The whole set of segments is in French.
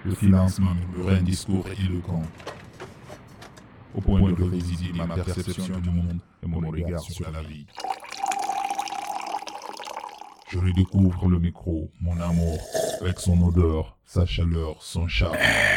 Le financement murmurait un discours éloquent, au point de résider ma perception du monde et mon regard sur la vie. Je redécouvre le micro, mon amour, avec son odeur, sa chaleur, son charme.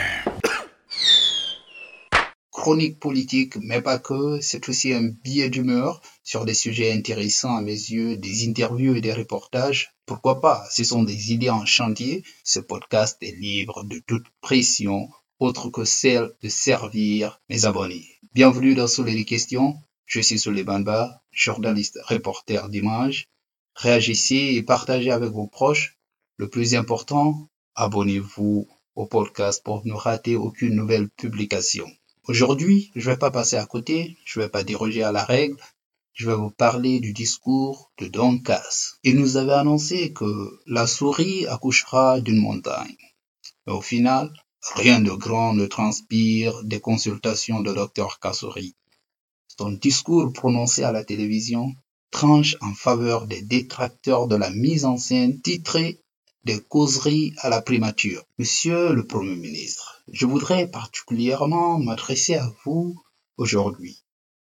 Chronique politique, mais pas que, c'est aussi un billet d'humeur sur des sujets intéressants à mes yeux, des interviews et des reportages. Pourquoi pas? Ce sont des idées en chantier. Ce podcast est libre de toute pression, autre que celle de servir mes abonnés. Bienvenue dans Soleil des questions. Je suis Soleil Banba, journaliste reporter d'images. Réagissez et partagez avec vos proches. Le plus important, abonnez-vous au podcast pour ne rater aucune nouvelle publication. Aujourd'hui, je vais pas passer à côté, je vais pas déroger à la règle, je vais vous parler du discours de Don Cass. Il nous avait annoncé que la souris accouchera d'une montagne. Mais au final, rien de grand ne transpire des consultations de Dr Kassouri. Son discours prononcé à la télévision tranche en faveur des détracteurs de la mise en scène titrée des causeries à la primature. Monsieur le Premier ministre, je voudrais particulièrement m'adresser à vous aujourd'hui,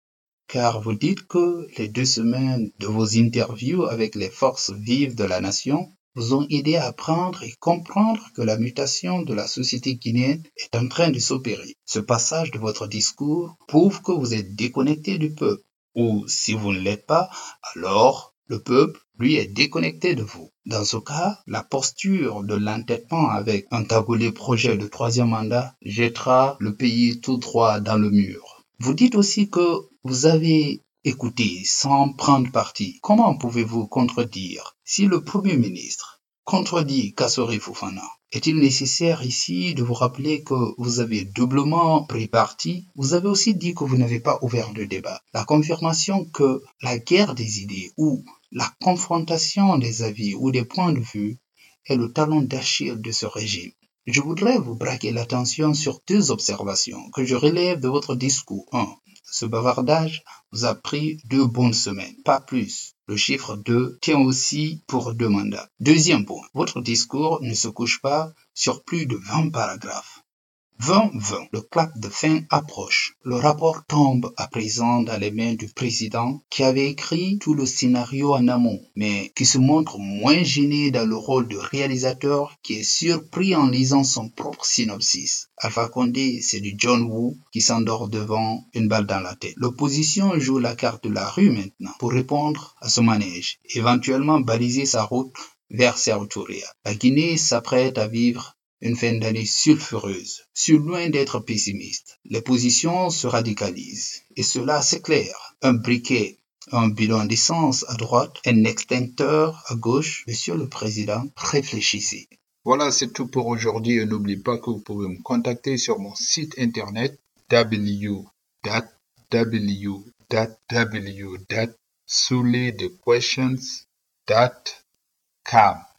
car vous dites que les 2 semaines de vos interviews avec les forces vives de la nation vous ont aidé à apprendre et comprendre que la mutation de la société guinéenne est en train de s'opérer. Ce passage de votre discours prouve que vous êtes déconnecté du peuple, ou si vous ne l'êtes pas, alors le peuple, lui, est déconnecté de vous. Dans ce cas, la posture de l'entêtement avec un cagoulé projet de 3e mandat jettera le pays tout droit dans le mur. Vous dites aussi que vous avez écouté sans prendre parti. Comment pouvez-vous contredire si le Premier ministre contredit Kassouri Fofana? Est-il nécessaire ici de vous rappeler que vous avez doublement pris parti? Vous avez aussi dit que vous n'avez pas ouvert de débat. La confirmation que la guerre des idées ou la confrontation des avis ou des points de vue est le talon d'Achille de ce régime. Je voudrais vous braquer l'attention sur 2 observations que je relève de votre discours. 1. Ce bavardage vous a pris 2 bonnes semaines, pas plus. Le chiffre 2 tient aussi pour 2 mandats. 2e point, votre discours ne se couche pas sur plus de 20 paragraphes. 20-20, le clap de fin approche. Le rapport tombe à présent dans les mains du président qui avait écrit tout le scénario en amont, mais qui se montre moins gêné dans le rôle de réalisateur qui est surpris en lisant son propre synopsis. Alpha Condé, c'est du John Woo qui s'endort devant une balle dans la tête. L'opposition joue la carte de la rue maintenant pour répondre à ce manège, éventuellement baliser sa route vers Sertoria. La Guinée s'apprête à vivre une fin d'année sulfureuse. Sur loin d'être pessimiste, les positions se radicalisent. Et cela, c'est clair. Un briquet, un bidon d'essence à droite, un extincteur à gauche. Monsieur le Président, réfléchissez. Voilà, c'est tout pour aujourd'hui. Et n'oubliez pas que vous pouvez me contacter sur mon site internet www.souledequestions.com.